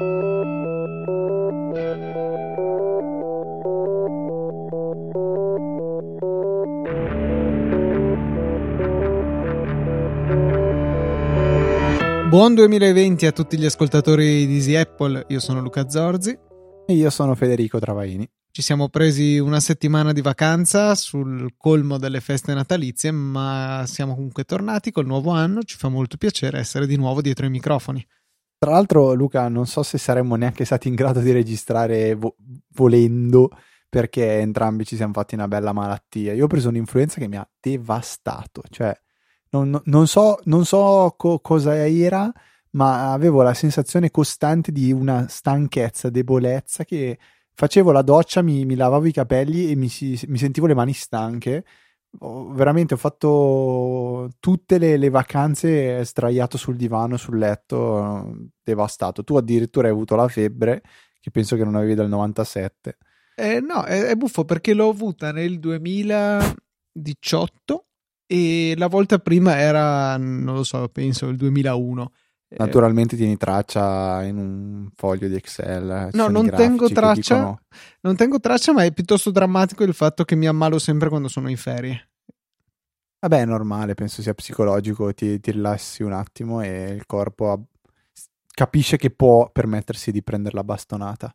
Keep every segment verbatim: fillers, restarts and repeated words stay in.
Buon duemilaventi a tutti gli ascoltatori di Easy Apple, io sono Luca Zorzi. E io sono Federico Travaini. Ci siamo presi una settimana di vacanza sul colmo delle feste natalizie, ma siamo comunque tornati col nuovo anno, ci fa molto piacere essere di nuovo dietro i microfoni. Tra l'altro, Luca, non so se saremmo neanche stati in grado di registrare vo- volendo, perché entrambi ci siamo fatti una bella malattia. Io ho preso un'influenza che mi ha devastato, cioè non, non so, non so co- cosa era, ma avevo la sensazione costante di una stanchezza, debolezza, che facevo la doccia, mi, mi lavavo i capelli e mi, si, mi sentivo le mani stanche. Ho, veramente ho fatto tutte le, le vacanze sdraiato sul divano, sul letto, devastato. Tu addirittura hai avuto la febbre, che penso che non avevi dal novantasette. Eh, no, è, è buffo perché l'ho avuta nel duemiladiciotto e la volta prima era, non lo so, penso il duemilauno. Naturalmente tieni traccia in un foglio di Excel. No, non tengo traccia, dicono... non tengo traccia, ma è piuttosto drammatico il fatto che mi ammalo sempre quando sono in ferie. Vabbè, è normale, penso sia psicologico, ti, ti rilassi un attimo e il corpo ab- capisce che può permettersi di prendere la bastonata.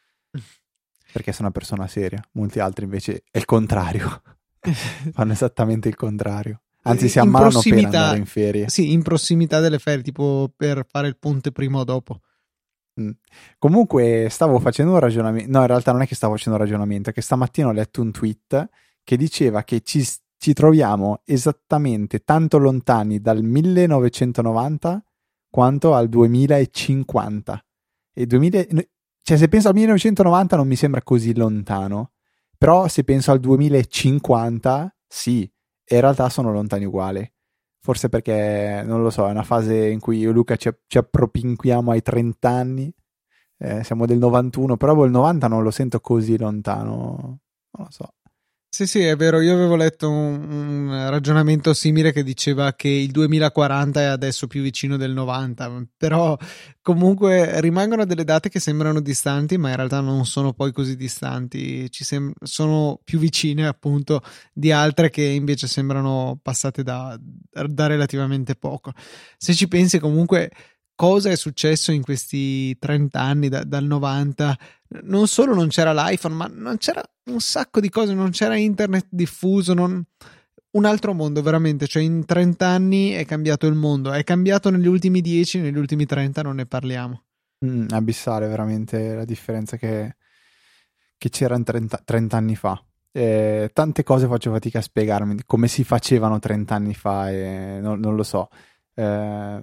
Perché sei una persona seria. Molti altri invece è il contrario. Fanno esattamente il contrario. Anzi, si ammalano per andare in ferie. Sì, in prossimità delle ferie, tipo per fare il ponte prima o dopo. Mm. Comunque stavo facendo un ragionamento. No, in realtà non è che stavo facendo un ragionamento, è che stamattina ho letto un tweet che diceva che ci, ci troviamo esattamente tanto lontani dal millenovecentonovanta quanto al duemilacinquanta. E duemila, cioè, se penso al millenovecentonovanta non mi sembra così lontano, però se penso al duemilacinquanta, sì. E in realtà sono lontani uguali. Forse perché, non lo so, è una fase in cui io e Luca ci, ci appropinquiamo ai trenta anni. Eh, siamo del novantuno, però il novanta non lo sento così lontano. Non lo so. Sì, sì, è vero. Io avevo letto un, un ragionamento simile che diceva che il duemilaquaranta è adesso più vicino del novanta, però comunque rimangono delle date che sembrano distanti, ma in realtà non sono poi così distanti. Ci sem- sono più vicine appunto di altre che invece sembrano passate da, da relativamente poco. Se ci pensi comunque cosa è successo in questi trenta anni da, dal novanta, non solo non c'era l'iPhone, ma non c'era un sacco di cose, non c'era internet diffuso, non... un altro mondo veramente, cioè in trenta anni è cambiato il mondo, è cambiato negli ultimi dieci, negli ultimi trenta non ne parliamo. Mm, abissale veramente la differenza che, che c'era in trenta, trenta anni fa. Eh, tante cose faccio fatica a spiegarmi, come si facevano trenta anni fa e non, non lo so. Eh,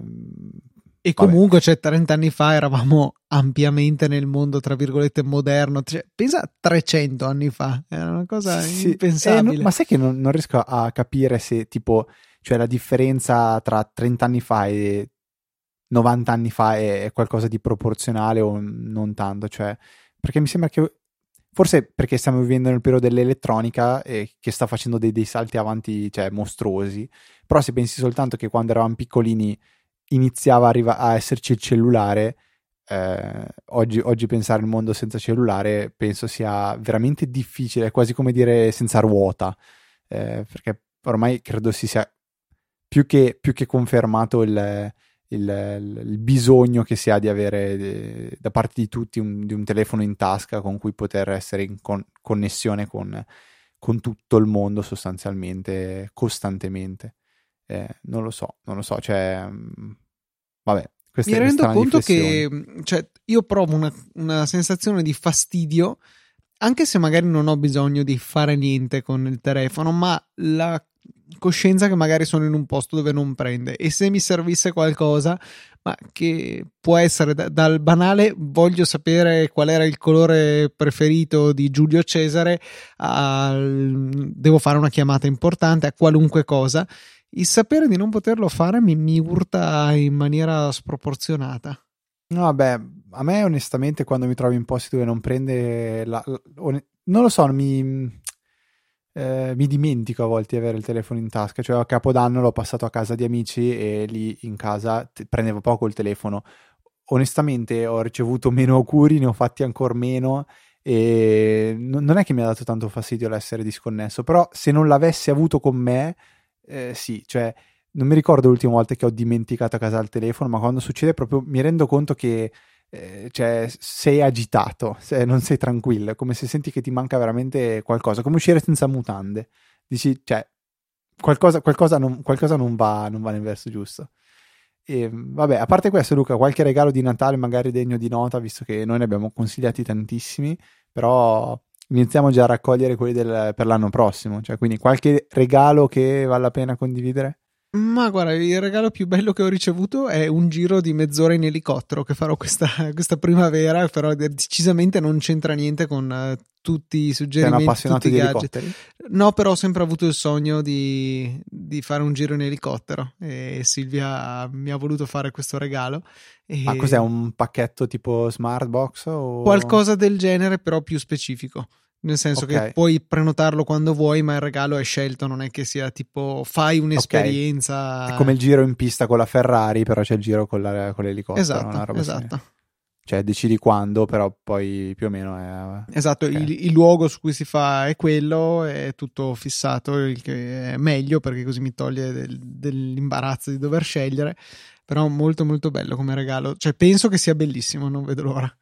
E comunque, cioè, trenta anni fa eravamo ampiamente nel mondo, tra virgolette, moderno. Cioè, pensa a trecento anni fa, era una cosa sì, impensabile. Eh, no, ma sai che non, non riesco a capire se, tipo, cioè la differenza tra trenta anni fa e novanta anni fa è, è qualcosa di proporzionale o non tanto, cioè, perché mi sembra che, forse perché stiamo vivendo nel periodo dell'elettronica e che sta facendo dei, dei salti avanti, cioè, mostruosi, però se pensi soltanto che quando eravamo piccolini iniziava a, arriva- a esserci il cellulare, eh, oggi, oggi pensare il mondo senza cellulare penso sia veramente difficile, è quasi come dire senza ruota, eh, perché ormai credo si sia più che, più che confermato il, il, il bisogno che si ha di avere de, da parte di tutti un, di un telefono in tasca con cui poter essere in con, connessione con, con tutto il mondo sostanzialmente, costantemente. Eh, non lo so, non lo so, cioè, mh, vabbè, queste, mi rendo conto riflessioni. che, cioè, io provo una, una sensazione di fastidio, anche se magari non ho bisogno di fare niente con il telefono, ma la coscienza che magari sono in un posto dove non prende, e se mi servisse qualcosa, ma che può essere da, dal banale voglio sapere qual era il colore preferito di Giulio Cesare, al, devo fare una chiamata importante, a qualunque cosa, il sapere di non poterlo fare mi, mi urta in maniera sproporzionata. No, vabbè, a me onestamente quando mi trovo in posti dove non prende la, la, non lo so, mi, eh, mi dimentico a volte di avere il telefono in tasca, cioè a Capodanno l'ho passato a casa di amici e lì in casa t- prendevo poco il telefono. onestamente ho ricevuto meno auguri, ne ho fatti ancora meno, e non è che mi ha dato tanto fastidio l'essere disconnesso, però se non l'avessi avuto con me, eh, sì, cioè non mi ricordo l'ultima volta che ho dimenticato a casa il telefono, ma quando succede proprio mi rendo conto che eh, cioè, sei agitato, se non sei tranquillo, è come se senti che ti manca veramente qualcosa, come uscire senza mutande, dici, cioè qualcosa, qualcosa, non, qualcosa non va, non va nel verso giusto. E vabbè, a parte questo, Luca, qualche regalo di Natale magari degno di nota, visto che noi ne abbiamo consigliati tantissimi, però iniziamo già a raccogliere quelli del, per l'anno prossimo, cioè quindi qualche regalo che vale la pena condividere? Ma guarda, il regalo più bello che ho ricevuto è un giro di mezz'ora in elicottero che farò questa, questa primavera, però decisamente non c'entra niente con uh, tutti i suggerimenti, Sei un appassionato tutti i di gadget. elicotteri? No, però ho sempre avuto il sogno di, di fare un giro in elicottero e Silvia mi ha voluto fare questo regalo. E Ma cos'è, un pacchetto tipo Smartbox? O... qualcosa del genere, però più specifico. Nel senso okay. che puoi prenotarlo quando vuoi, ma il regalo è scelto, non è che sia tipo fai un'esperienza. Okay. È come il giro in pista con la Ferrari, però c'è il giro con, la, con l'elicottero. Esatto, una roba esatto. simile. Cioè decidi quando, però poi più o meno è... Esatto, okay. il, il luogo su cui si fa è quello, è tutto fissato, il che è meglio perché così mi toglie del, dell'imbarazzo di dover scegliere, però molto molto bello come regalo, cioè penso che sia bellissimo, non vedo l'ora.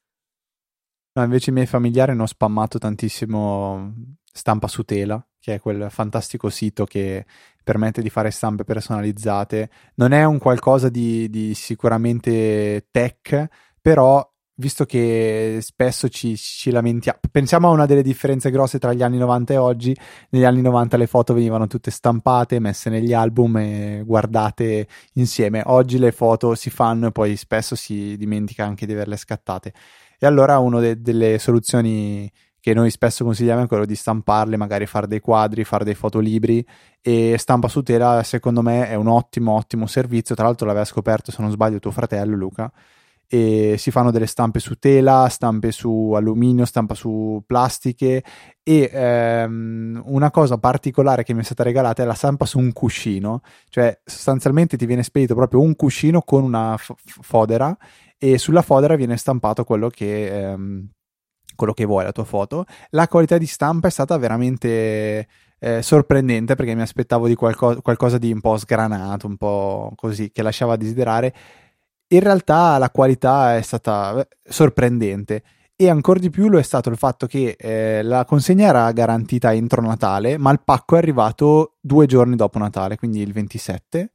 No, invece i miei familiari hanno spammato tantissimo Stampa su Tela, che è quel fantastico sito che permette di fare stampe personalizzate. Non è un qualcosa di, di sicuramente tech, però visto che spesso ci, ci lamentiamo, pensiamo a una delle differenze grosse tra gli anni novanta e oggi. Negli anni novanta le foto venivano tutte stampate, messe negli album e guardate insieme. Oggi le foto si fanno e poi spesso si dimentica anche di averle scattate. E allora una de- delle soluzioni che noi spesso consigliamo è quello di stamparle, magari fare dei quadri, fare dei fotolibri, e Stampa su Tela secondo me è un ottimo ottimo servizio. Tra l'altro l'aveva scoperto, se non sbaglio, tuo fratello Luca, e si fanno delle stampe su tela, stampe su alluminio, stampa su plastiche, e ehm, una cosa particolare che mi è stata regalata è la stampa su un cuscino, cioè sostanzialmente ti viene spedito proprio un cuscino con una f- fodera, e sulla fodera viene stampato quello che, ehm, quello che vuoi, la tua foto. La qualità di stampa è stata veramente eh, sorprendente, perché mi aspettavo di qualco- qualcosa di un po' sgranato, un po' così, che lasciava a desiderare. In realtà la qualità è stata sorprendente, e ancora di più lo è stato il fatto che eh, la consegna era garantita entro Natale, ma il pacco è arrivato due giorni dopo Natale, quindi il ventisette,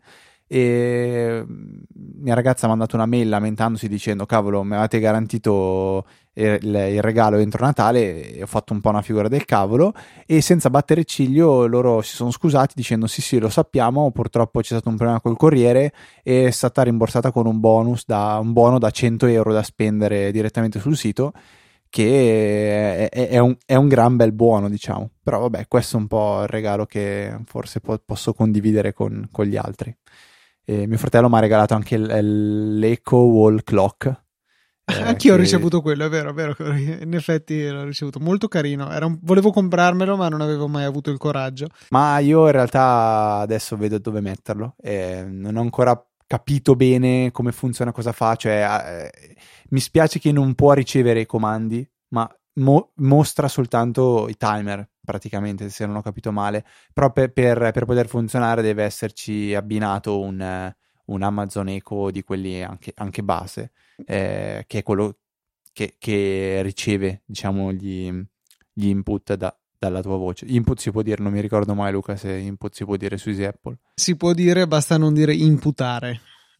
e mia ragazza mi ha mandato una mail lamentandosi dicendo cavolo, mi avete garantito il, il regalo entro Natale, e ho fatto un po' una figura del cavolo, e senza battere ciglio loro si sono scusati dicendo sì sì lo sappiamo, purtroppo c'è stato un problema col corriere e è stata rimborsata con un bonus da, un buono da cento euro da spendere direttamente sul sito, che è, è, è, un, è un gran bel buono, diciamo. Però vabbè, questo è un po' il regalo che forse po- posso condividere con, con gli altri. E mio fratello mi ha regalato anche l- l'Echo Wall Clock. Eh, Anch'io che... ho ricevuto quello, è vero, è vero, in effetti l'ho ricevuto, molto carino. Era un... Volevo comprarmelo, ma non avevo mai avuto il coraggio. Ma io in realtà adesso vedo dove metterlo, e non ho ancora capito bene come funziona, cosa fa. Cioè, eh, mi spiace che non può ricevere i comandi, ma mo- mostra soltanto i timer, praticamente, se non ho capito male. Però per, per, per poter funzionare deve esserci abbinato un, un Amazon Echo di quelli anche, anche base, eh, che è quello che, che riceve, diciamo, gli, gli input da, dalla tua voce. Input si può dire, non mi ricordo mai, Luca, se input si può dire su Easy Apple. Si può dire, basta non dire imputare.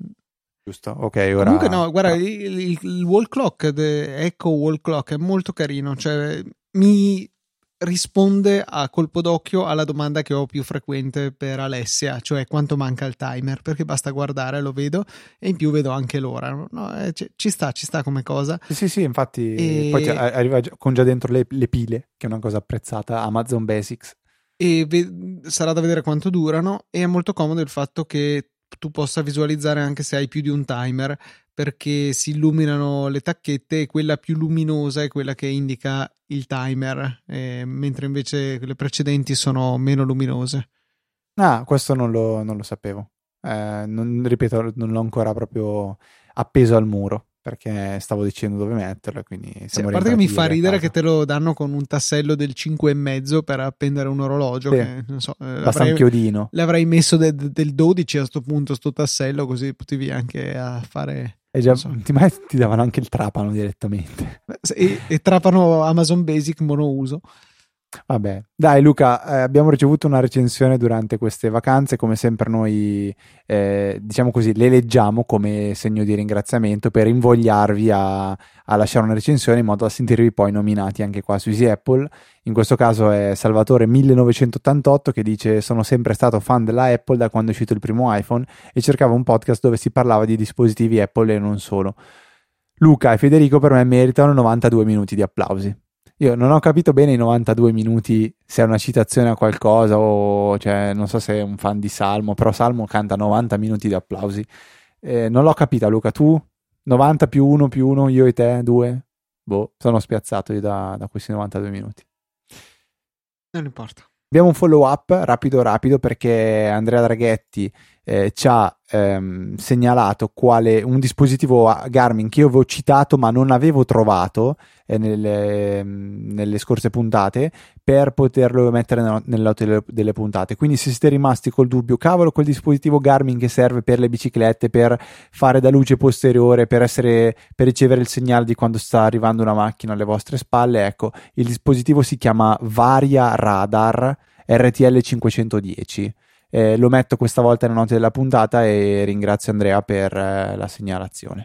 Giusto, ok, ora... Comunque no, guarda, no. il, il, il wall clock, de Echo Wall Clock è molto carino, cioè mi risponde a colpo d'occhio alla domanda che ho più frequente per Alessia, cioè quanto manca il timer, perché basta guardare, lo vedo, e in più vedo anche l'ora. No, eh, c- ci sta, ci sta come cosa. Sì, sì, sì, infatti e... poi arriva già, con già dentro le, le pile, che è una cosa apprezzata, Amazon Basics. E ve- sarà da vedere quanto durano, e è molto comodo il fatto che tu possa visualizzare anche se hai più di un timer, perché si illuminano le tacchette e quella più luminosa è quella che indica il timer, eh, mentre invece le precedenti sono meno luminose. Ah, questo non lo, non lo sapevo. Eh, non, ripeto, non l'ho ancora proprio appeso al muro. perché stavo dicendo dove metterlo, quindi siamo sì, a parte che mi fa ridere casa. che te lo danno con un tassello del cinque e mezzo per appendere un orologio, Sì, che non so, eh, basta un chiodino. L'avrei messo de- de- del dodici a sto punto, sto tassello, così potevi anche a fare... E già, so. ti, ti davano anche il trapano direttamente. E, e trapano Amazon Basic monouso. Vabbè, dai Luca, eh, abbiamo ricevuto una recensione durante queste vacanze, come sempre noi, eh, diciamo così, le leggiamo come segno di ringraziamento per invogliarvi a, a lasciare una recensione in modo da sentirvi poi nominati anche qua su Easy Apple. In questo caso è Salvatore millenovecentottantotto che dice: sono sempre stato fan della Apple da quando è uscito il primo iPhone e cercavo un podcast dove si parlava di dispositivi Apple e non solo. Luca e Federico per me meritano novantadue minuti di applausi. Io non ho capito bene i novantadue minuti se è una citazione a qualcosa o cioè non so se è un fan di Salmo, però Salmo canta novanta minuti di applausi. Eh, non l'ho capita, Luca, tu? novanta più uno più uno, io e te, due? Boh, sono spiazzato io da, da questi novantadue minuti. Non importa. Abbiamo un follow up rapido rapido perché Andrea Draghetti eh, ci ha ehm, segnalato quale un dispositivo Garmin che io avevo citato ma non avevo trovato eh, nelle, nelle scorse puntate per poterlo mettere nell'auto delle, delle puntate. Quindi se siete rimasti col dubbio, cavolo, quel dispositivo Garmin che serve per le biciclette, per fare da luce posteriore, per essere per ricevere il segnale di quando sta arrivando una macchina alle vostre spalle, ecco, il dispositivo si chiama Varia Radar R T L cinquecentodieci. Eh, lo metto questa volta nelle note della puntata e ringrazio Andrea per eh, la segnalazione.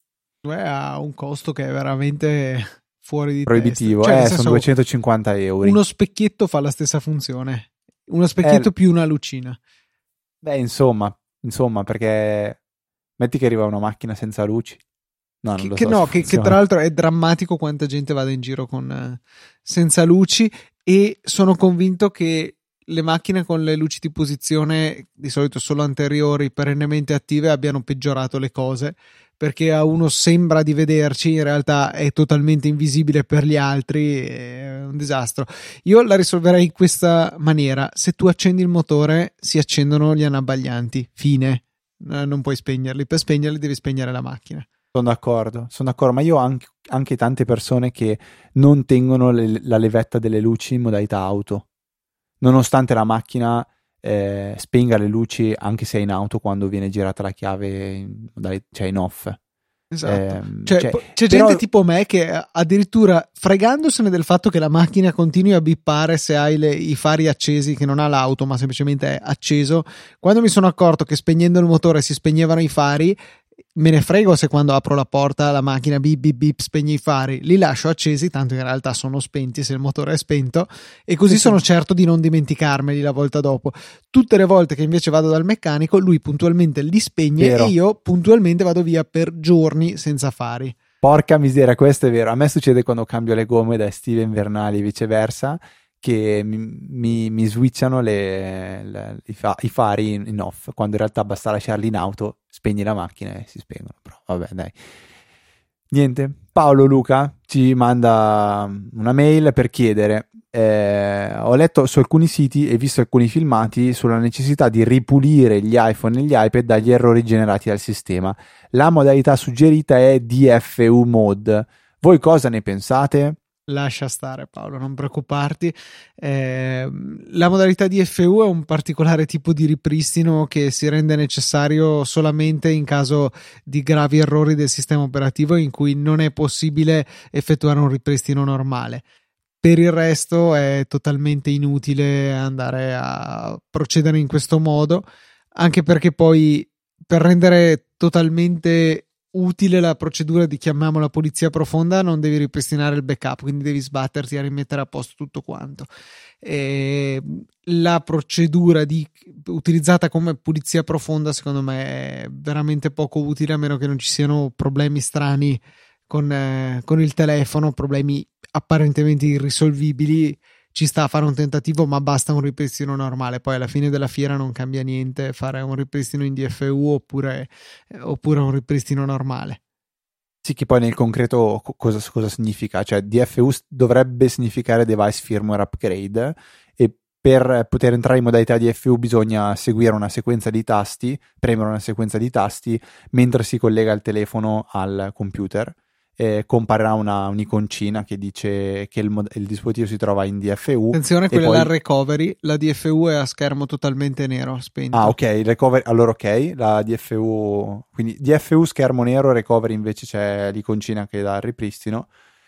Ha un costo che è veramente fuori di proibitivo, testa. Cioè, eh, senso, sono duecentocinquanta euro. Uno specchietto fa la stessa funzione, uno specchietto eh, più una lucina. Beh, insomma, insomma, perché metti che arriva una macchina senza luci. No, che, non lo che so no, che, che tra l'altro è drammatico quanta gente vada in giro con eh, senza luci, e sono convinto che le macchine con le luci di posizione, di solito solo anteriori, perennemente attive, abbiano peggiorato le cose, perché a uno sembra di vederci, in realtà è totalmente invisibile per gli altri, è un disastro. Io la risolverei in questa maniera: se tu accendi il motore si accendono gli anabbaglianti, fine, non puoi spegnerli, per spegnerli devi spegnere la macchina. Sono d'accordo, sono d'accordo, ma io ho anche, anche tante persone che non tengono le, la levetta delle luci in modalità auto, nonostante la macchina eh, spenga le luci anche se è in auto quando viene girata la chiave in, cioè in off. Esatto. Eh, cioè, cioè, c'è però... gente tipo me che addirittura, fregandosene del fatto che la macchina continui a bippare se hai le, i fari accesi, che non ha l'auto ma semplicemente è acceso, quando mi sono accorto che spegnendo il motore si spegnevano i fari, me ne frego se quando apro la porta la macchina bip bip bip spegne i fari, li lascio accesi, tanto in realtà sono spenti se il motore è spento, e così sì, sono sì. certo di non dimenticarmeli la volta dopo. Tutte le volte che invece vado dal meccanico, lui puntualmente li spegne vero. E io puntualmente vado via per giorni senza fari. Porca miseria, questo è vero. A me succede quando cambio le gomme da estive invernali e viceversa, che mi, mi, mi switchano le, le, i, fa, i fari in, in off, quando in realtà basta lasciarli in auto, spegni la macchina e si spengono. Però vabbè, dai. Niente, Paolo Luca ci manda una mail per chiedere, eh, ho letto su alcuni siti e visto alcuni filmati sulla necessità di ripulire gli iPhone e gli iPad dagli errori generati dal sistema. La modalità suggerita è D F U mode. Voi cosa ne pensate? Lascia stare, Paolo, non preoccuparti. Eh, la modalità D F U è un particolare tipo di ripristino che si rende necessario solamente in caso di gravi errori del sistema operativo in cui non è possibile effettuare un ripristino normale. Per il resto è totalmente inutile andare a procedere in questo modo, anche perché poi, per rendere totalmente utile la procedura di, chiamiamola, polizia profonda, non devi ripristinare il backup, quindi devi sbatterti a rimettere a posto tutto quanto. E la procedura di, utilizzata come pulizia profonda, secondo me è veramente poco utile, a meno che non ci siano problemi strani con, eh, con il telefono, problemi apparentemente irrisolvibili. Ci sta a fare un tentativo, ma basta un ripristino normale. Poi alla fine della fiera non cambia niente fare un ripristino in D F U oppure, eh, oppure un ripristino normale. Sì, che poi nel concreto cosa, cosa significa? Cioè D F U dovrebbe significare device firmware upgrade, e per poter entrare in modalità D F U bisogna seguire una sequenza di tasti, premere una sequenza di tasti mentre si collega il telefono al computer. Eh, comparirà una, un'iconcina che dice che il, mod- il dispositivo si trova in D F U. Attenzione, quella poi... è la recovery, la D F U è a schermo totalmente nero, spento. Ah, ok, il recovery, allora ok, la D F U, quindi D F U schermo nero, recovery invece c'è l'iconcina che dà il ripristino.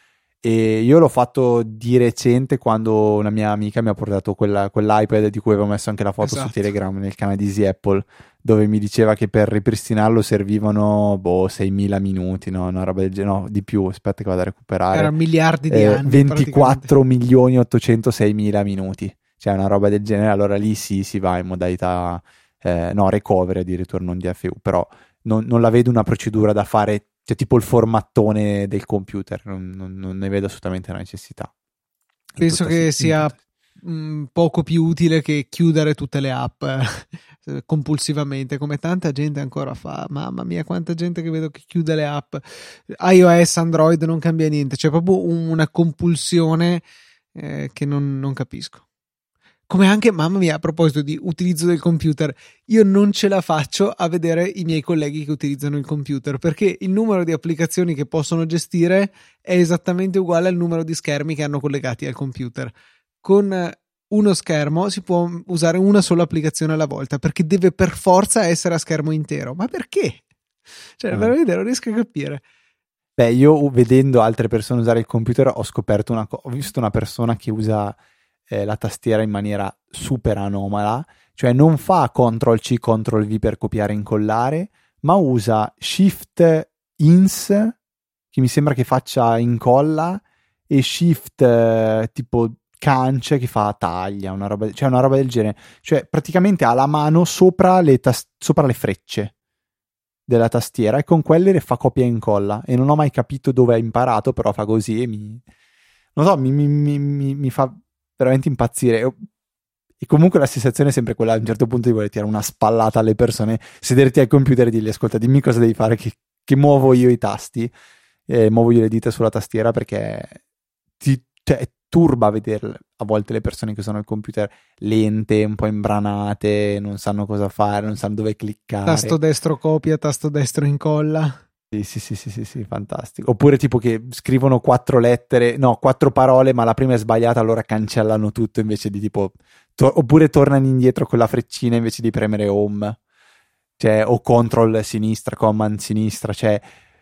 E io l'ho fatto di recente quando una mia amica mi ha portato quella, quell'iPad di cui avevo messo anche la foto Esatto. su Telegram nel canale di Easy Apple, dove mi diceva che per ripristinarlo servivano boh seimila minuti, no? Una roba del genere, no, di più, aspetta che vado a recuperare. Era miliardi di eh, anni. ventiquattro milioni ottocentoseimila minuti, cioè una roba del genere. Allora lì sì, si va in modalità eh, no, recovery addirittura, non D F U, però non, non la vedo una procedura da fare, cioè tipo il formattone del computer, non, non, non ne vedo assolutamente la necessità. Penso che sia mh, poco più utile che chiudere tutte le app eh, compulsivamente, come tanta gente ancora fa. Mamma mia, quanta gente che vedo che chiude le app. iOS, Android, non cambia niente, c'è proprio un, una compulsione eh, che non, non capisco. Come anche, mamma mia, a proposito di utilizzo del computer, io non ce la faccio a vedere i miei colleghi che utilizzano il computer, perché il numero di applicazioni che possono gestire è esattamente uguale al numero di schermi che hanno collegati al computer. Con uno schermo si può usare una sola applicazione alla volta, perché deve per forza essere a schermo intero. Ma perché? Cioè, ah. veramente non riesco a capire. Beh, io vedendo altre persone usare il computer ho scoperto una cosa, ho visto una persona che usa eh, la tastiera in maniera super anomala, cioè non fa control C, control V per copiare e incollare, ma usa shift ins, che mi sembra che faccia incolla, e shift eh, tipo cance che fa taglia, una roba, cioè una roba del genere, cioè praticamente ha la mano sopra le, tas- sopra le frecce della tastiera e con quelle le fa copia e incolla, e non ho mai capito dove ha imparato, però fa così e mi non so, mi, mi, mi, mi fa veramente impazzire. E comunque la sensazione è sempre quella a un certo punto di voler tirare una spallata alle persone, sederti al computer e dirgli ascolta, dimmi cosa devi fare, che, che muovo io i tasti, eh, muovo io le dita sulla tastiera, perché ti, cioè, turba vedere a volte le persone che usano il computer lente, un po' imbranate, non sanno cosa fare, non sanno dove cliccare. Tasto destro copia, tasto destro incolla. Sì, sì, sì, sì, sì, sì, fantastico. Oppure tipo che scrivono quattro lettere, no, quattro parole, ma la prima è sbagliata, allora cancellano tutto invece di tipo... To- oppure tornano indietro con la freccina invece di premere home. Cioè, o control sinistra, command sinistra, cioè...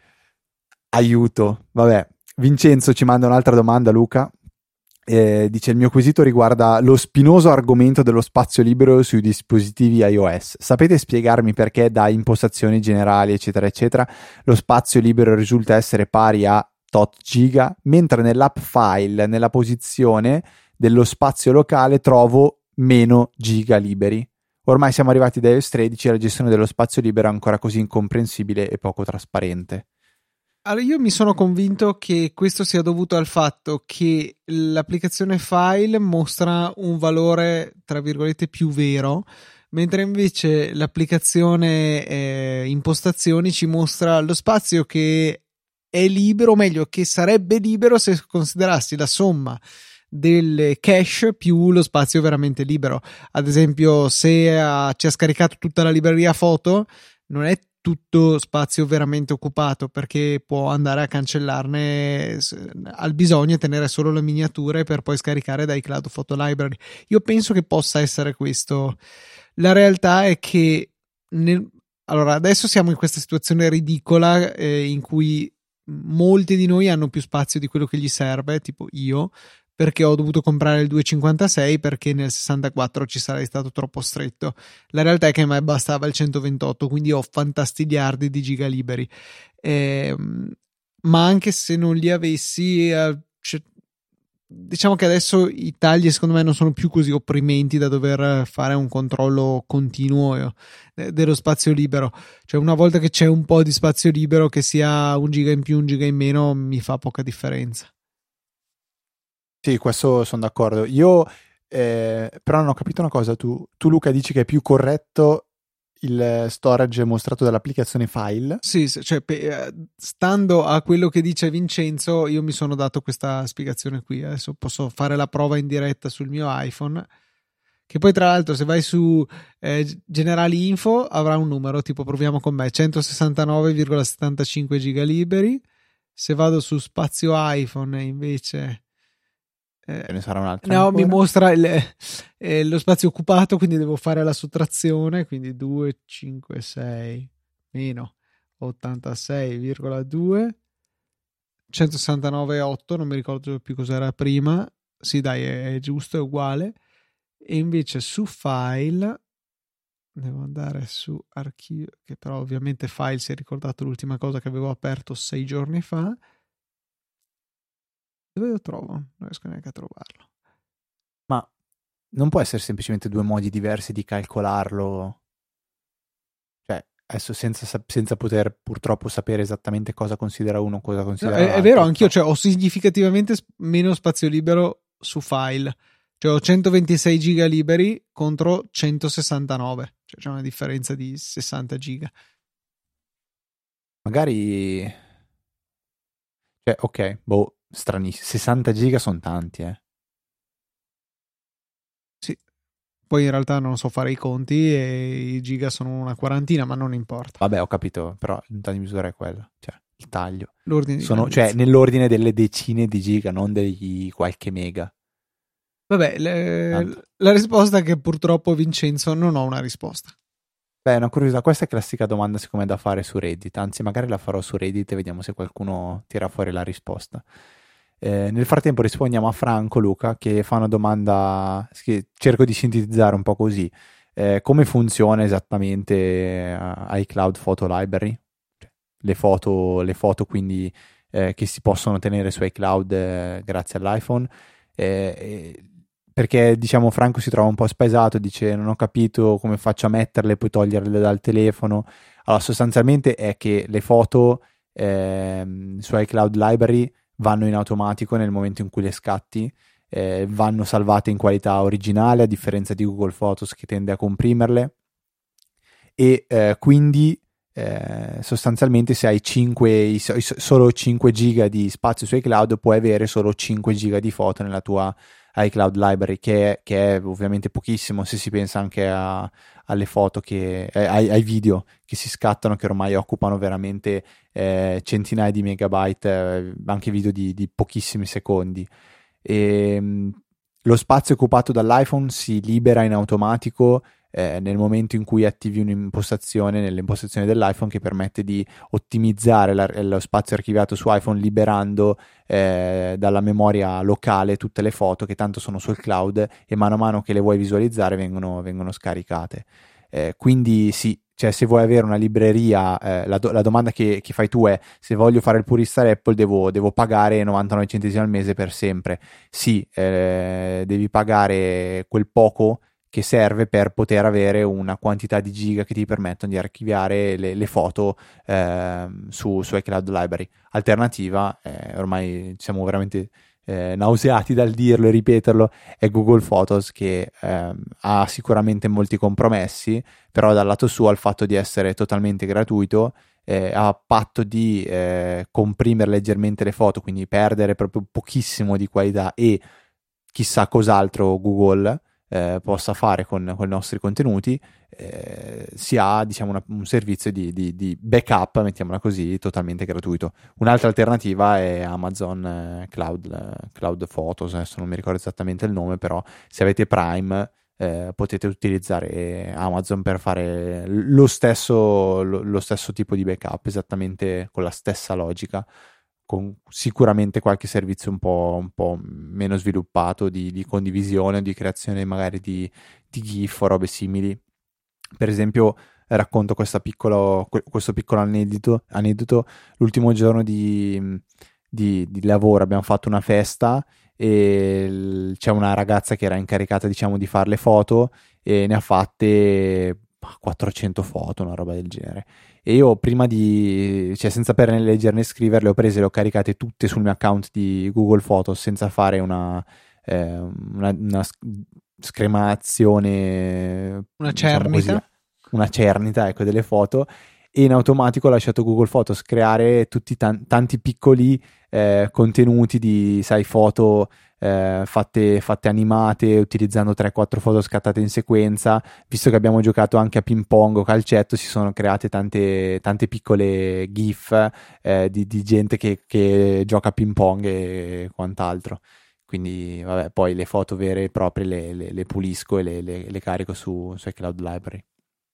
Aiuto. Vabbè, Vincenzo ci manda un'altra domanda, Luca. Eh, dice: il mio quesito riguarda lo spinoso argomento dello spazio libero sui dispositivi iOS. Sapete spiegarmi perché da impostazioni generali eccetera eccetera lo spazio libero risulta essere pari a tot giga, mentre nell'app file nella posizione dello spazio locale trovo meno giga liberi? Ormai siamo arrivati da iOS tredici e la gestione dello spazio libero è ancora così incomprensibile e poco trasparente. Allora, io mi sono convinto che questo sia dovuto al fatto che l'applicazione file mostra un valore, tra virgolette, più vero, mentre invece l'applicazione eh, impostazioni ci mostra lo spazio che è libero, o meglio, che sarebbe libero se considerassi la somma delle cache più lo spazio veramente libero. Ad esempio, se ha, ci ha scaricato tutta la libreria foto, non è tutto spazio veramente occupato, perché può andare a cancellarne al bisogno e tenere solo le miniature per poi scaricare dai Cloud Photo Library. Io penso che possa essere questo. La realtà è che nel... allora adesso siamo in questa situazione ridicola eh, in cui molti di noi hanno più spazio di quello che gli serve, tipo io, perché ho dovuto comprare il duecentocinquantasei perché nel sessantaquattro ci sarei stato troppo stretto. La realtà è che a me bastava il centoventotto, quindi ho fantastigliardi di giga liberi. Eh, ma anche se non li avessi, eh, cioè, diciamo che adesso i tagli secondo me non sono più così opprimenti da dover fare un controllo continuo eh, dello spazio libero. Cioè, una volta che c'è un po' di spazio libero, che sia un giga in più, un giga in meno, mi fa poca differenza. Sì, questo sono d'accordo. Io eh, però non ho capito una cosa. Tu, tu, Luca, dici che è più corretto il storage mostrato dall'applicazione file? Sì, cioè, stando a quello che dice Vincenzo, io mi sono dato questa spiegazione qui. Adesso posso fare la prova in diretta sul mio iPhone. che poi tra l'altro se vai su eh, generali info avrà un numero, tipo proviamo con me, centosessantanove virgola settantacinque giga liberi. Se vado su spazio iPhone invece eh, ce ne sarà un altro no, ancora. Mi mostra il, eh, lo spazio occupato, quindi devo fare la sottrazione, quindi due, cinque, sei meno ottantasei virgola due, centosessantanove virgola otto, non mi ricordo più cos'era prima. Sì dai, è, è giusto, è uguale. E invece su file devo andare su archivio, che però ovviamente file si è ricordato l'ultima cosa che avevo aperto sei giorni fa. Dove lo trovo? Non riesco neanche a trovarlo. Ma non può essere semplicemente due modi diversi di calcolarlo? Cioè, adesso senza, senza poter purtroppo sapere esattamente cosa considera uno, cosa considera no, è, l'altro. è vero, anch'io cioè, ho significativamente meno spazio libero su file. Cioè ho centoventisei giga liberi contro centosessantanove. Cioè c'è una differenza di sessanta giga. Magari... Cioè, ok, boh, stranissimo. sessanta giga sono tanti, eh. Sì. Poi in realtà non so fare i conti e i giga sono una quarantina, ma non importa. Vabbè, ho capito, però l'unità di misura è quella. Cioè, il taglio. L'ordine di sono, grandezza. Cioè, nell'ordine delle decine di giga, non degli qualche mega. Vabbè, le, la risposta è che purtroppo, Vincenzo, non ho una risposta. Beh, una curiosità, questa è classica domanda secondo me da fare su Reddit, anzi magari la farò su Reddit e vediamo se qualcuno tira fuori la risposta. Eh, nel frattempo rispondiamo a Franco Luca che fa una domanda che cerco di sintetizzare un po' così. Eh, come funziona esattamente uh, iCloud Photo Library? Le foto, le foto quindi eh, che si possono tenere su iCloud eh, grazie all'iPhone. Eh, perché diciamo Franco si trova un po' spaesato, dice non ho capito come faccio a metterle e poi toglierle dal telefono. Allora sostanzialmente è che le foto eh, su iCloud Library vanno in automatico nel momento in cui le scatti, eh, vanno salvate in qualità originale a differenza di Google Photos che tende a comprimerle e eh, quindi eh, sostanzialmente se hai cinque, solo cinque giga di spazio su iCloud puoi avere solo cinque giga di foto nella tua iCloud Library, che è, che è ovviamente pochissimo se si pensa anche a, alle foto che eh, ai, ai video che si scattano, che ormai occupano veramente eh, centinaia di megabyte, eh, anche video di, di pochissimi secondi. E, mh, lo spazio occupato dall'iPhone si libera in automatico eh, nel momento in cui attivi un'impostazione nelle impostazioni dell'iPhone che permette di ottimizzare la, lo spazio archiviato su iPhone liberando eh, dalla memoria locale tutte le foto che tanto sono sul cloud e mano a mano che le vuoi visualizzare vengono, vengono scaricate. Eh, quindi sì, cioè se vuoi avere una libreria, eh, la, do- la domanda che, che fai tu è: se voglio fare il purista Apple devo, devo pagare novantanove centesimi al mese per sempre? Sì, eh, devi pagare quel poco che serve per poter avere una quantità di giga che ti permettono di archiviare le, le foto eh, su, su iCloud Library. Alternativa, eh, ormai siamo veramente eh, nauseati dal dirlo e ripeterlo, è Google Photos, che eh, ha sicuramente molti compromessi, però dal lato suo, al fatto di essere totalmente gratuito, eh, a patto di eh, comprimere leggermente le foto, quindi perdere proprio pochissimo di qualità e chissà cos'altro Google Eh, possa fare con, con i nostri contenuti, eh, si ha diciamo una, un servizio di, di, di backup, mettiamola così, totalmente gratuito. Un'altra alternativa è Amazon eh, Cloud, eh, Cloud Photos, adesso non mi ricordo esattamente il nome, però se avete Prime eh, potete utilizzare Amazon per fare lo stesso, lo, lo stesso tipo di backup, esattamente con la stessa logica, con sicuramente qualche servizio un po', un po' meno sviluppato di, di condivisione o di creazione magari di, di GIF o robe simili. Per esempio racconto questa piccolo, questo piccolo aneddoto, aneddoto. L'ultimo giorno di, di, di lavoro abbiamo fatto una festa e c'è una ragazza che era incaricata diciamo di fare le foto e ne ha fatte quattrocento foto, una roba del genere. E io prima di, cioè senza per leggerne e scriverle, ho prese e le ho caricate tutte sul mio account di Google Photos senza fare una, eh, una, una scremazione, una diciamo cernita così, una cernita ecco delle foto, e in automatico ho lasciato Google Photos creare tutti tan- tanti piccoli eh, contenuti di sai foto eh, fatte, fatte animate, utilizzando tre quattro foto scattate in sequenza. Visto che abbiamo giocato anche a ping pong o calcetto, si sono create tante, tante piccole gif eh, di, di gente che, che gioca a ping pong e quant'altro. Quindi vabbè, poi le foto vere e proprie le, le, le pulisco e le, le, le carico su, su iCloud Library.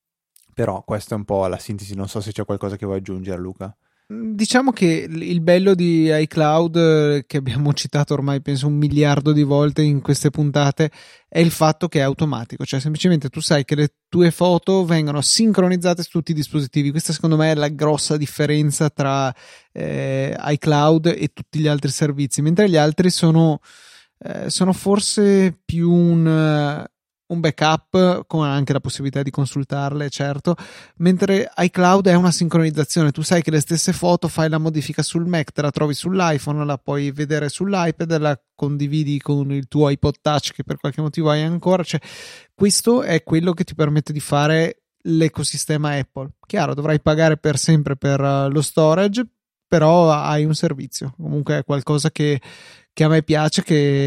Però questa è un po' la sintesi, non so se c'è qualcosa che vuoi aggiungere, Luca. Diciamo che il bello di iCloud, che abbiamo citato ormai penso un miliardo di volte in queste puntate, è il fatto che è automatico, cioè semplicemente tu sai che le tue foto vengono sincronizzate su tutti i dispositivi. Questa secondo me è la grossa differenza tra eh, iCloud e tutti gli altri servizi, mentre gli altri sono, eh, sono forse più un... un backup con anche la possibilità di consultarle, certo, mentre iCloud è una sincronizzazione. Tu sai che le stesse foto, fai la modifica sul Mac, te la trovi sull'iPhone, la puoi vedere sull'iPad, la condividi con il tuo iPod Touch che per qualche motivo hai ancora. Cioè, questo è quello che ti permette di fare l'ecosistema Apple. Chiaro, dovrai pagare per sempre per lo storage, però hai un servizio. Comunque è qualcosa che, che a me piace,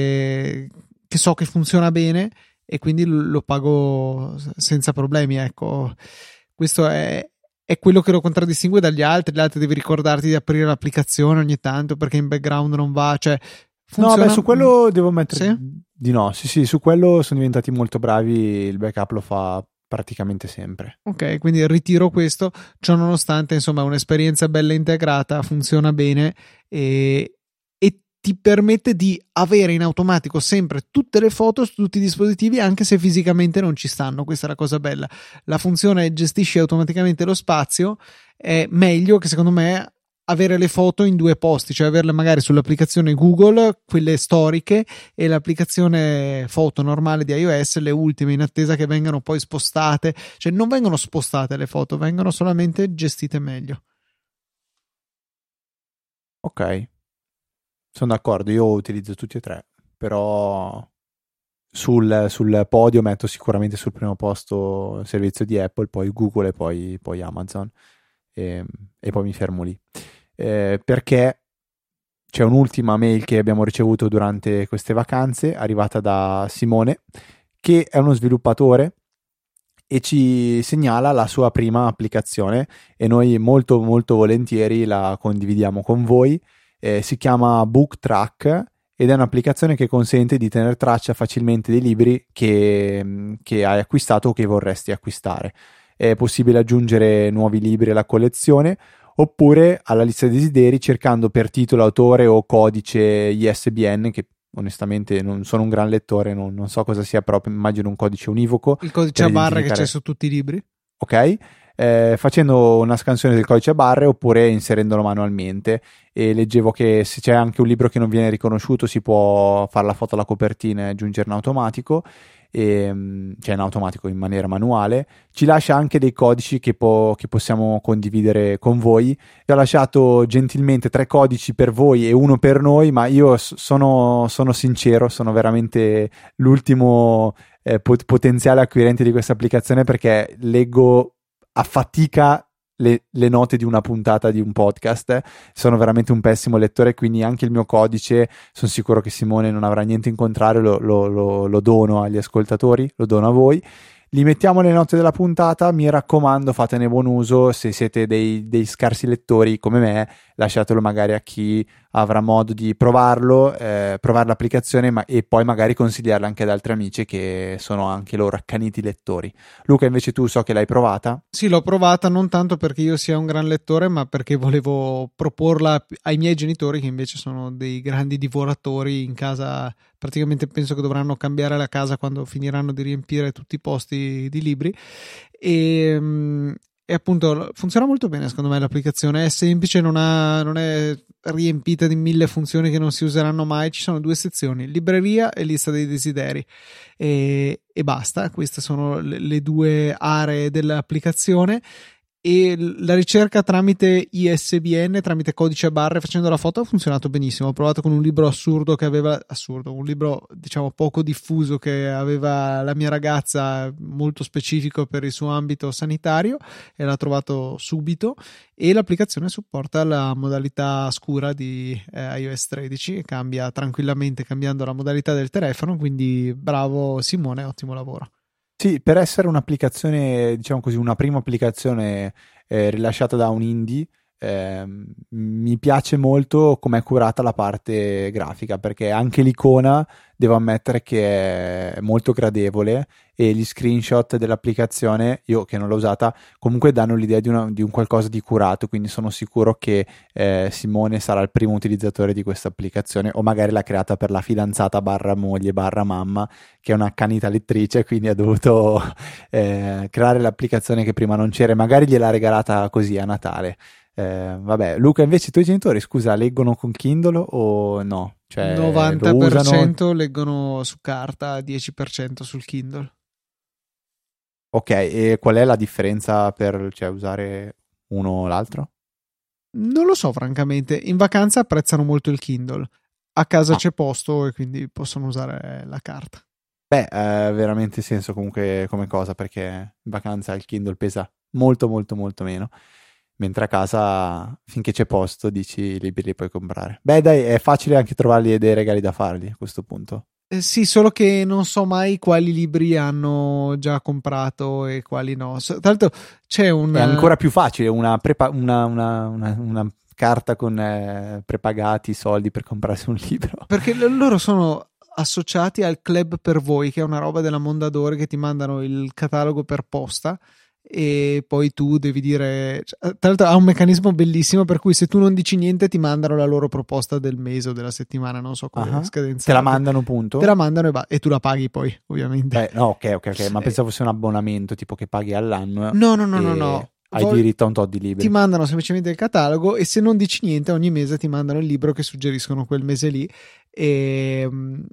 che, che so che funziona bene e quindi lo pago senza problemi, ecco. Questo è, è quello che lo contraddistingue dagli altri. Gli altri devi ricordarti di aprire l'applicazione ogni tanto perché in background non va, cioè funziona... No, beh, su quello devo mettere sì? di no, sì sì, su quello sono diventati molto bravi, il backup lo fa praticamente sempre. Ok, quindi ritiro questo, ciò nonostante insomma è un'esperienza bella integrata, funziona bene e ti permette di avere in automatico sempre tutte le foto su tutti i dispositivi anche se fisicamente non ci stanno. Questa è la cosa bella. La funzione gestisce automaticamente lo spazio è meglio che secondo me avere le foto in due posti, cioè averle magari sull'applicazione Google, quelle storiche, e l'applicazione foto normale di iOS, le ultime, in attesa che vengano poi spostate. Cioè non vengono spostate le foto, vengono solamente gestite meglio. Ok, sono d'accordo, io utilizzo tutti e tre, però sul, sul podio metto sicuramente sul primo posto il servizio di Apple, poi Google e poi, poi Amazon e, e poi mi fermo lì. Eh, perché c'è un'ultima mail che abbiamo ricevuto durante queste vacanze, arrivata da Simone, che è uno sviluppatore e ci segnala la sua prima applicazione e noi molto molto volentieri la condividiamo con voi. Eh, si chiama BookTrack ed è un'applicazione che consente di tenere traccia facilmente dei libri che, che hai acquistato o che vorresti acquistare. È possibile aggiungere nuovi libri alla collezione oppure alla lista dei desideri cercando per titolo, autore o codice I S B N, che onestamente non sono un gran lettore, non, non so cosa sia, però immagino un codice univoco. Il codice a barre che c'è su tutti i libri? Ok. Eh, facendo una scansione del codice a barre oppure inserendolo manualmente. E leggevo che se c'è anche un libro che non viene riconosciuto si può fare la foto alla copertina e aggiungere in automatico, e, cioè in automatico, in maniera manuale. Ci lascia anche dei codici che, po- che possiamo condividere con voi. Vi ho lasciato gentilmente tre codici per voi e uno per noi, ma io sono, sono sincero, sono veramente l'ultimo eh, pot- potenziale acquirente di questa applicazione perché leggo a fatica le, le note di una puntata di un podcast. Sono veramente un pessimo lettore, quindi anche il mio codice, sono sicuro che Simone non avrà niente in contrario, lo, lo, lo, lo dono agli ascoltatori, lo dono a voi. Li mettiamo nelle note della puntata, mi raccomando fatene buon uso, se siete dei, dei scarsi lettori come me lasciatelo magari a chi avrà modo di provarlo, eh, provare l'applicazione ma, e poi magari consigliarla anche ad altri amici che sono anche loro accaniti lettori. Luca, invece tu so che l'hai provata. Sì, l'ho provata non tanto perché io sia un gran lettore ma perché volevo proporla ai miei genitori che invece sono dei grandi divoratori in casa. Praticamente penso che dovranno cambiare la casa quando finiranno di riempire tutti i posti di libri e, e appunto funziona molto bene secondo me l'applicazione, è semplice, non, ha, non è riempita di mille funzioni che non si useranno mai. Ci sono due sezioni, libreria e lista dei desideri e, e basta, queste sono le, le due aree dell'applicazione e la ricerca tramite I S B N, tramite codice a barre facendo la foto ha funzionato benissimo. Ho provato con un libro assurdo che aveva assurdo, un libro diciamo poco diffuso che aveva la mia ragazza, molto specifico per il suo ambito sanitario, e l'ha trovato subito. E l'applicazione supporta la modalità scura di eh, iOS tredici e cambia tranquillamente cambiando la modalità del telefono, quindi bravo Simone, ottimo lavoro. Sì, per essere un'applicazione, diciamo così, una prima applicazione eh, rilasciata da un indie, eh, mi piace molto come è curata la parte grafica, perché anche l'icona devo ammettere che è molto gradevole, e gli screenshot dell'applicazione, io che non l'ho usata, comunque danno l'idea di, una, di un qualcosa di curato, quindi sono sicuro che eh, Simone sarà il primo utilizzatore di questa applicazione, o magari l'ha creata per la fidanzata barra moglie barra mamma, che è un'accanita lettrice, quindi ha dovuto eh, creare l'applicazione che prima non c'era, e magari gliel'ha regalata così a Natale. Eh, vabbè, Luca, invece i tuoi genitori, scusa, leggono con Kindle o no? Cioè, novanta lo per cento usano? leggono su carta, dieci per cento sul Kindle. Ok, e qual è la differenza per, cioè, usare uno o l'altro? Non lo so, francamente. In vacanza apprezzano molto il Kindle. A casa Ah. c'è posto e quindi possono usare la carta. Beh, ha veramente senso comunque come cosa, perché in vacanza il Kindle pesa molto molto molto meno, mentre a casa, finché c'è posto, dici i libri li puoi comprare. Beh dai, è facile anche trovarli dei regali da farli a questo punto. Eh, sì, solo che non so mai quali libri hanno già comprato e quali no. So- Tra l'altro c'è un... È ancora più facile una, prepa- una, una, una, una carta con eh, prepagati soldi per comprarsi un libro. Perché l- loro sono associati al Club per Voi, che è una roba della Mondadori, che ti mandano il catalogo per posta e poi tu devi dire, tra l'altro ha un meccanismo bellissimo per cui se tu non dici niente ti mandano la loro proposta del mese o della settimana, non so come Uh-huh. scadenza, Te la mandano, punto? te la mandano e, va, e tu la paghi poi ovviamente. Beh, no, ok, ok, ok, ma pensavo fosse un abbonamento tipo che paghi all'anno. No, no, no, e no, no. hai Vol- diritto a un tot di libri. Ti mandano semplicemente il catalogo e se non dici niente ogni mese ti mandano il libro che suggeriscono quel mese lì, e,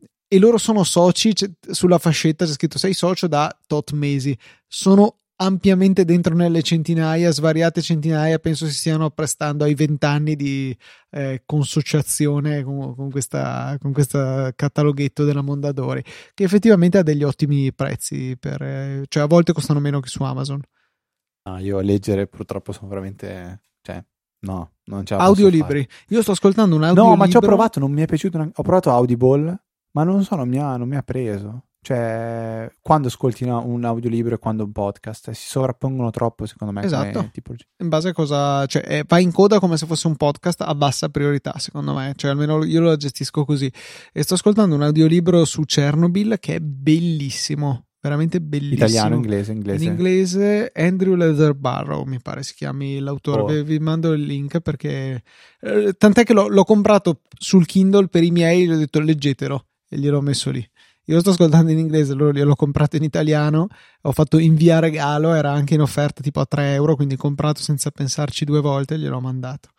e loro sono soci, c- sulla fascetta c'è scritto sei socio da tot mesi, sono ampiamente dentro nelle centinaia, svariate centinaia, penso si stiano apprestando ai vent'anni di eh, consociazione con, con questa con questo cataloghetto della Mondadori, che effettivamente ha degli ottimi prezzi per, eh, cioè a volte costano meno che su Amazon. Ah, io a leggere purtroppo sono veramente, cioè, no, non ce la posso Audiolibri. fare. Io sto ascoltando un audiolibro. No, ma ci ho provato, non mi è piaciuto. neanche- Ho provato Audible, ma non so, non mi ha, non mi ha preso. Cioè, quando ascolti una- un audiolibro e quando un podcast, eh, si sovrappongono troppo, secondo me. Esatto. Come tipologia. In base a cosa, cioè, eh, va in coda come se fosse un podcast a bassa priorità, secondo me. Cioè, almeno io lo gestisco così. E sto ascoltando un audiolibro su Chernobyl che è bellissimo. Veramente bellissimo. Italiano, inglese, inglese. In inglese Andrew Leatherbarrow mi pare si chiami l'autore. Oh. Vi, vi mando il link perché eh, tant'è che l'ho, l'ho comprato sul Kindle per i miei, gli ho detto leggetelo e gliel'ho messo lì. Io lo sto ascoltando in inglese, loro gliel'ho comprato in italiano, ho fatto invia regalo, era anche in offerta tipo a tre euro, quindi comprato senza pensarci due volte e gliel'ho mandato.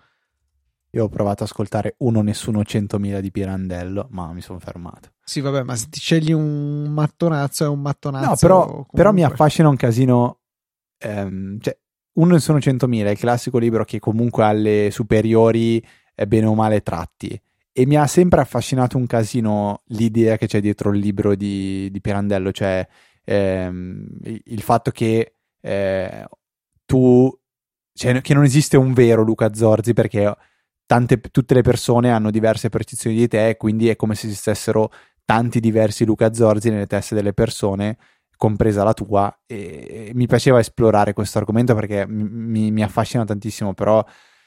Io ho provato ad ascoltare Uno Nessuno centomila di Pirandello, ma mi sono fermato. Sì, vabbè, ma se ti scegli un mattonazzo è un mattonazzo. No, però, comunque. però mi affascina un casino. Ehm, cioè, Uno Nessuno centomila è il classico libro che comunque alle superiori è bene o male tratti. E mi ha sempre affascinato un casino l'idea che c'è dietro il libro di, di Pirandello, cioè ehm, il fatto che eh, tu, cioè, che non esiste un vero Luca Zorzi, perché tante, tutte le persone hanno diverse percezioni di te, e quindi è come se esistessero tanti diversi Luca Zorzi nelle teste delle persone, compresa la tua, e, e mi piaceva esplorare questo argomento perché mi, mi affascina tantissimo, però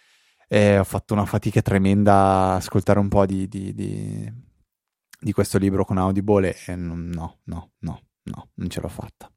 eh, ho fatto una fatica tremenda a ascoltare un po' di, di, di, di questo libro con Audible e non, no, no, no, no, non ce l'ho fatta.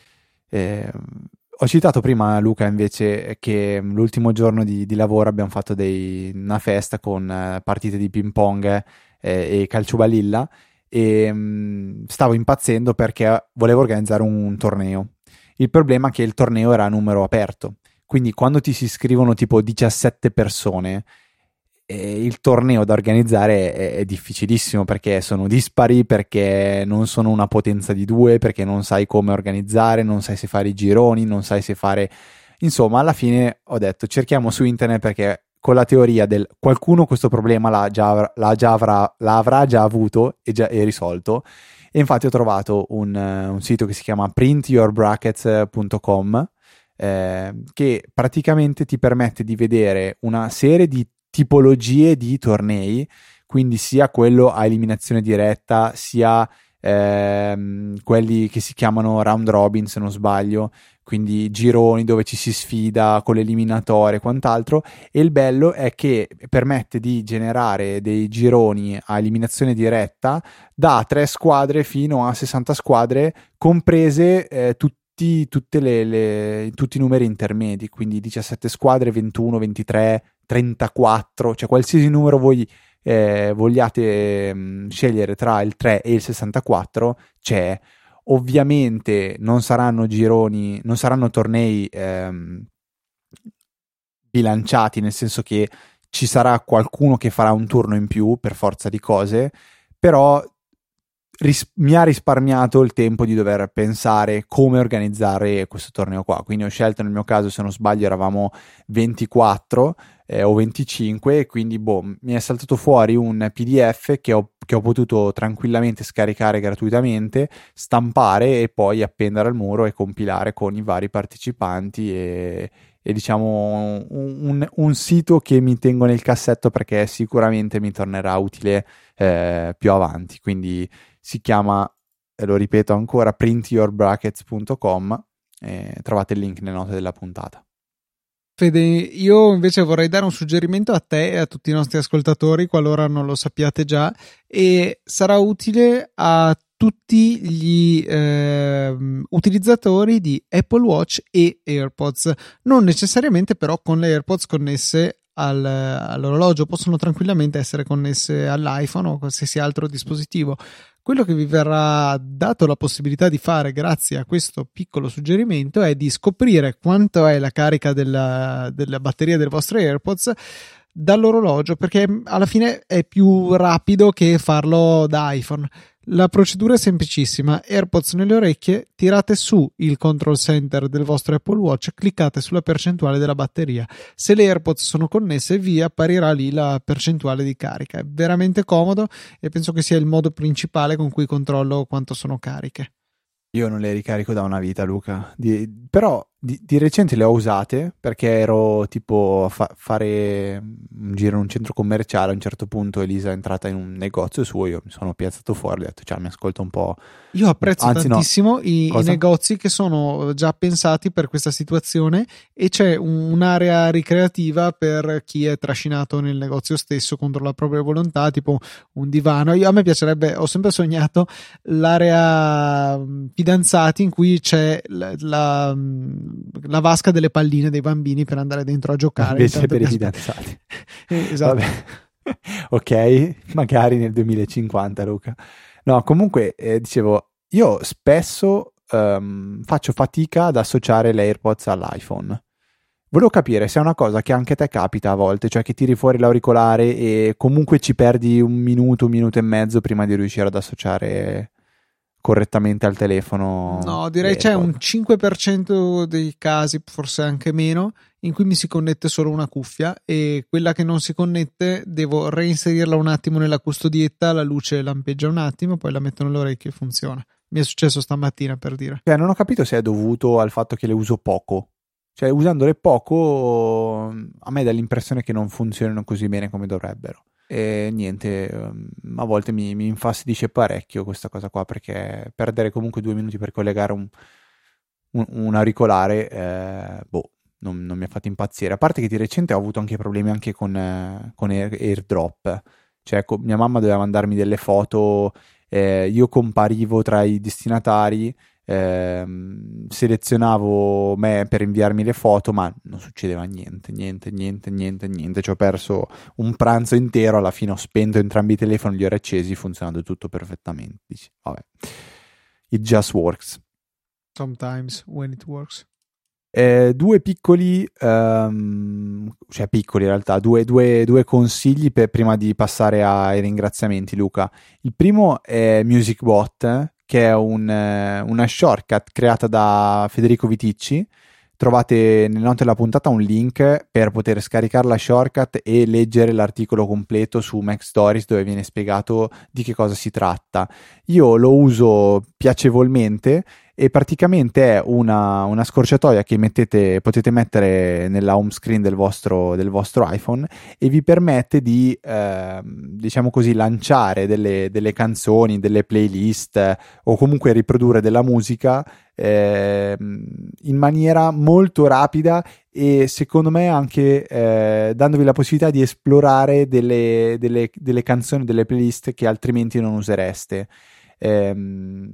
Eh, ho citato prima, Luca, invece, che l'ultimo giorno di, di lavoro abbiamo fatto dei, una festa con eh, partite di ping pong eh, e calciobalilla, e mh, stavo impazzendo perché volevo organizzare un, un torneo. Il problema è che il torneo era a numero aperto, quindi quando ti si iscrivono tipo diciassette persone, eh, il torneo da organizzare è, è difficilissimo, perché sono dispari, perché non sono una potenza di due, perché non sai come organizzare, non sai se fare i gironi, non sai se fare insomma, alla fine ho detto cerchiamo su internet, perché con la teoria del qualcuno questo problema l'ha già, l'ha già avrà, l'avrà già avuto e, già, e risolto. E infatti ho trovato un, un sito che si chiama print your brackets punto com, eh, che praticamente ti permette di vedere una serie di tipologie di tornei, quindi sia quello a eliminazione diretta, sia ehm, quelli che si chiamano round robin, se non sbaglio, quindi gironi dove ci si sfida con l'eliminatore e quant'altro. E il bello è che permette di generare dei gironi a eliminazione diretta da tre squadre fino a sessanta squadre, comprese eh, tutti, tutte le, le, tutti i numeri intermedi, quindi diciassette squadre, ventuno, ventitré, trentaquattro, cioè qualsiasi numero voi eh, vogliate mh, scegliere tra il tre e il sessantaquattro c'è. Ovviamente non saranno gironi, non saranno tornei ehm, bilanciati, nel senso che ci sarà qualcuno che farà un turno in più per forza di cose, però ris- mi ha risparmiato il tempo di dover pensare come organizzare questo torneo qua. Quindi ho scelto, nel mio caso, se non sbaglio eravamo ventiquattro eh, o venticinque, e quindi boh, mi è saltato fuori un P D F che ho che ho potuto tranquillamente scaricare gratuitamente, stampare e poi appendere al muro e compilare con i vari partecipanti, e, e diciamo un, un sito che mi tengo nel cassetto perché sicuramente mi tornerà utile eh, più avanti. Quindi si chiama, e lo ripeto ancora, print your brackets punto com, e trovate il link nelle note della puntata. Fede, io invece vorrei dare un suggerimento a te e a tutti i nostri ascoltatori, qualora non lo sappiate già, e sarà utile a tutti gli eh, utilizzatori di Apple Watch e AirPods, non necessariamente però con le AirPods connesse al, all'orologio, possono tranquillamente essere connesse all'iPhone o qualsiasi altro dispositivo. Quello che vi verrà dato la possibilità di fare grazie a questo piccolo suggerimento è di scoprire quanto è la carica della, della batteria delle vostre AirPods dall'orologio, perché alla fine è più rapido che farlo da iPhone. La procedura è semplicissima: AirPods nelle orecchie, tirate su il control center del vostro Apple Watch, cliccate sulla percentuale della batteria. Se le AirPods sono connesse, vi apparirà lì la percentuale di carica. È veramente comodo e penso che sia il modo principale con cui controllo quanto sono cariche. Io non le ricarico da una vita, Luca, di, però di, di recente le ho usate perché ero tipo a fa, fare un giro in un centro commerciale. A un certo punto Elisa è entrata in un negozio suo, io mi sono piazzato fuori, ho detto ciao, mi ascolta un po'. Io apprezzo Anzi, tantissimo no. i, i negozi che sono già pensati per questa situazione, e c'è un, un'area ricreativa per chi è trascinato nel negozio stesso contro la propria volontà, tipo un divano. Io, a me piacerebbe, ho sempre sognato l'area fidanzati in cui c'è la, la, la vasca delle palline dei bambini per andare dentro a giocare. Invece per i fidanzati. Esatto. Vabbè. Ok, magari nel duemilacinquanta, Luca. No, comunque, eh, dicevo, io spesso um, faccio fatica ad associare le AirPods all'iPhone. Volevo capire se è una cosa che anche a te capita a volte, cioè che tiri fuori l'auricolare e comunque ci perdi un minuto, un minuto e mezzo prima di riuscire ad associare correttamente al telefono. No, direi c'è un cinque per cento dei casi, forse anche meno, in cui mi si connette solo una cuffia, e quella che non si connette devo reinserirla un attimo nella custodietta, la luce lampeggia un attimo, poi la metto nell'orecchio e funziona. Mi è successo stamattina, per dire. Cioè, non ho capito se è dovuto al fatto che le uso poco. Cioè, usandole poco, a me dà l'impressione che non funzionino così bene come dovrebbero. E niente, a volte mi, mi infastidisce parecchio questa cosa qua, perché perdere comunque due minuti per collegare un, un, un auricolare, eh, boh, non, non mi ha fatto impazzire. A parte che di recente ho avuto anche problemi anche con, eh, con Air, AirDrop. Cioè, co- mia mamma doveva mandarmi delle foto, eh, io comparivo tra i destinatari, eh, selezionavo me per inviarmi le foto, ma non succedeva niente, niente, niente, niente, niente. Ci ho perso un pranzo intero, alla fine ho spento entrambi i telefoni, li ho riaccesi, funzionando tutto perfettamente. Dici, vabbè, it just works. Sometimes when it works. Eh, due piccoli, um, cioè piccoli in realtà, due, due, due consigli per, prima di passare ai ringraziamenti, Luca. Il primo è MusicBot, che è un, una shortcut creata da Federico Viticci, trovate nelle note della puntata un link per poter scaricare la shortcut e leggere l'articolo completo su Mac Stories, dove viene spiegato di che cosa si tratta. Io lo uso piacevolmente e praticamente è una, una scorciatoia che mettete, potete mettere nella home screen del vostro, del vostro iPhone, e vi permette di eh, diciamo così lanciare delle, delle canzoni, delle playlist eh, o comunque riprodurre della musica eh, in maniera molto rapida, e secondo me anche eh, dandovi la possibilità di esplorare delle, delle, delle canzoni, delle playlist che altrimenti non usereste. ehm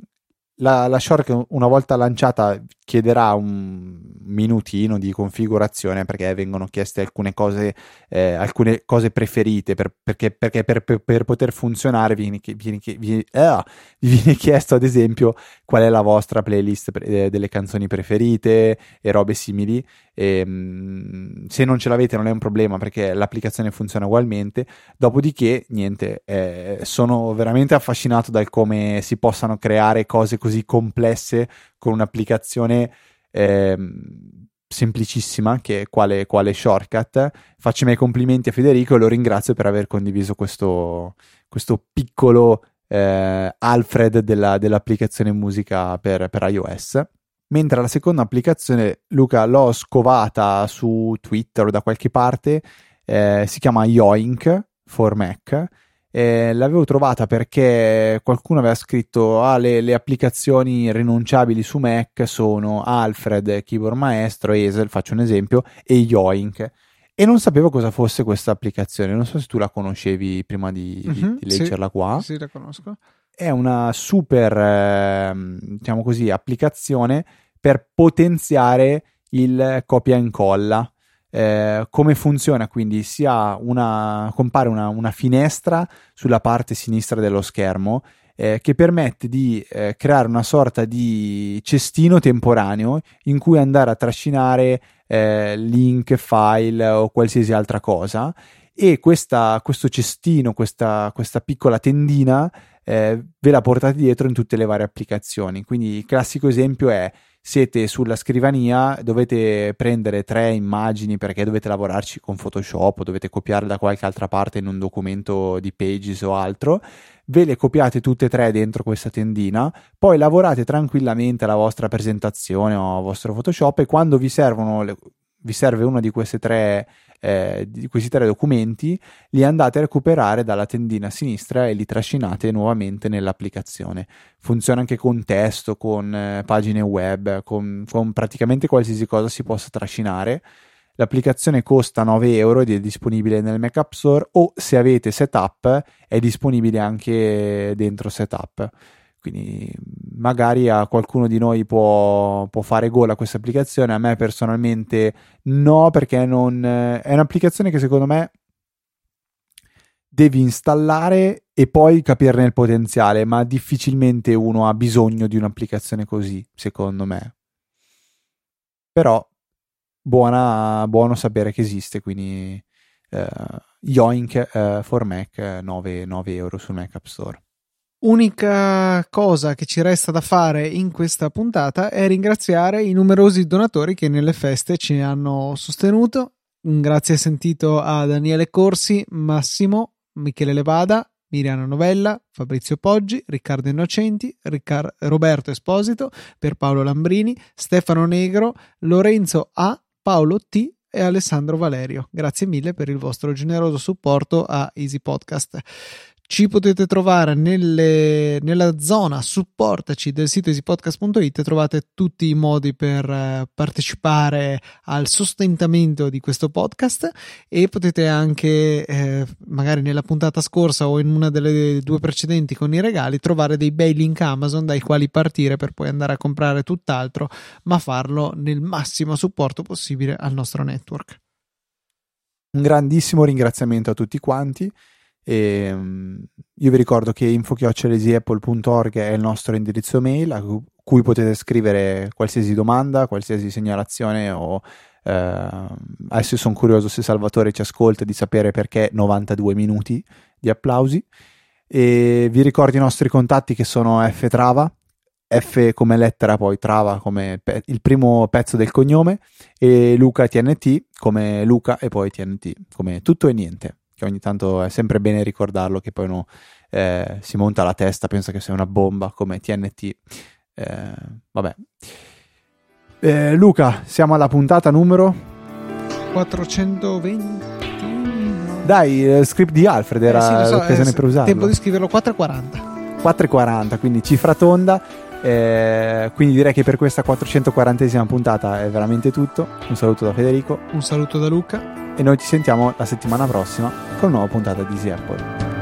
La, la shortcut, una volta lanciata, chiederà un minutino di configurazione, perché vengono chieste alcune cose, eh, alcune cose preferite, per, perché, perché per, per, per poter funzionare viene, viene, viene, uh, vi viene chiesto ad esempio qual è la vostra playlist pre- delle canzoni preferite e robe simili. E, mh, se non ce l'avete non è un problema, perché l'applicazione funziona ugualmente. Dopodiché niente, eh, sono veramente affascinato dal come si possano creare cose così complesse con un'applicazione eh, semplicissima che quale, quale shortcut. Faccio i miei complimenti a Federico e lo ringrazio per aver condiviso questo, questo piccolo eh, Alfred della, dell'applicazione musica per, per iOS. Mentre la seconda applicazione, Luca, l'ho scovata su Twitter o da qualche parte, eh, si chiama Yoink for Mac. Eh, l'avevo trovata perché qualcuno aveva scritto ah, le, le applicazioni rinunciabili su Mac sono Alfred, Keyboard Maestro, Hazel, faccio un esempio, e Yoink. E non sapevo cosa fosse questa applicazione, non so se tu la conoscevi prima di, mm-hmm, di, di leggerla sì, qua. Sì, la conosco. È una super, eh, diciamo così, applicazione per potenziare il copia e incolla. Eh, come funziona? Quindi si ha una, compare una, una finestra sulla parte sinistra dello schermo eh, che permette di eh, creare una sorta di cestino temporaneo in cui andare a trascinare eh, link, file o qualsiasi altra cosa, e questa, questo cestino, questa, questa piccola tendina eh, ve la portate dietro in tutte le varie applicazioni. Quindi il classico esempio è: siete sulla scrivania, dovete prendere tre immagini perché dovete lavorarci con Photoshop o dovete copiarle da qualche altra parte in un documento di Pages o altro, ve le copiate tutte e tre dentro questa tendina, poi lavorate tranquillamente alla vostra presentazione o al vostro Photoshop, e quando vi servono le, vi serve uno di queste tre eh, di questi tre documenti, li andate a recuperare dalla tendina a sinistra e li trascinate nuovamente nell'applicazione. Funziona anche con testo, con eh, pagine web, con, con praticamente qualsiasi cosa si possa trascinare. L'applicazione costa nove euro ed è disponibile nel Mac App Store, o se avete Setup è disponibile anche dentro Setup. Quindi magari a qualcuno di noi può, può fare gola questa applicazione. A me personalmente no, perché non è un'applicazione che secondo me devi installare e poi capirne il potenziale, ma difficilmente uno ha bisogno di un'applicazione così, secondo me. Però buona, buono sapere che esiste, quindi eh, Yoink eh, for Mac, nove euro sul Mac App Store. Unica cosa che ci resta da fare in questa puntata è ringraziare i numerosi donatori che nelle feste ci hanno sostenuto. Un grazie sentito a Daniele Corsi, Massimo, Michele Levada, Miriana Novella, Fabrizio Poggi, Riccardo Innocenti, Riccar- Roberto Esposito, Pierpaolo Lambrini, Stefano Negro, Lorenzo A, Paolo T e Alessandro Valerio. Grazie mille per il vostro generoso supporto a Easy Podcast. Ci potete trovare nelle, nella zona supportaci del sito easypodcast punto it, trovate tutti i modi per eh, partecipare al sostentamento di questo podcast, e potete anche eh, magari nella puntata scorsa o in una delle due precedenti con i regali trovare dei bei link Amazon dai quali partire per poi andare a comprare tutt'altro, ma farlo nel massimo supporto possibile al nostro network. Un grandissimo ringraziamento a tutti quanti. E, um, io vi ricordo che info chiocciola easy apple punto org è il nostro indirizzo mail a cui potete scrivere qualsiasi domanda, qualsiasi segnalazione o eh, adesso sono curioso se Salvatore ci ascolta, di sapere perché novantadue minuti di applausi. E vi ricordo i nostri contatti che sono ftrava F come lettera, poi Trava come pe- il primo pezzo del cognome, e Luca T N T come Luca e poi T N T come tutto e niente, che ogni tanto è sempre bene ricordarlo, che poi uno eh, si monta la testa, pensa che sia una bomba come T N T. Eh, vabbè. Eh, Luca, siamo alla puntata numero quattrocentoventi. Dai, il script di Alfred era eh sì, lo so, l'occasione eh, per usarlo. Tempo di scriverlo quattro e quaranta. quattro e quaranta, quindi cifra tonda. Eh, quindi direi che per questa quattrocentoquarantesima puntata è veramente tutto. Un saluto da Federico, un saluto da Luca e noi ci sentiamo la settimana prossima con una nuova puntata di Easy Apple.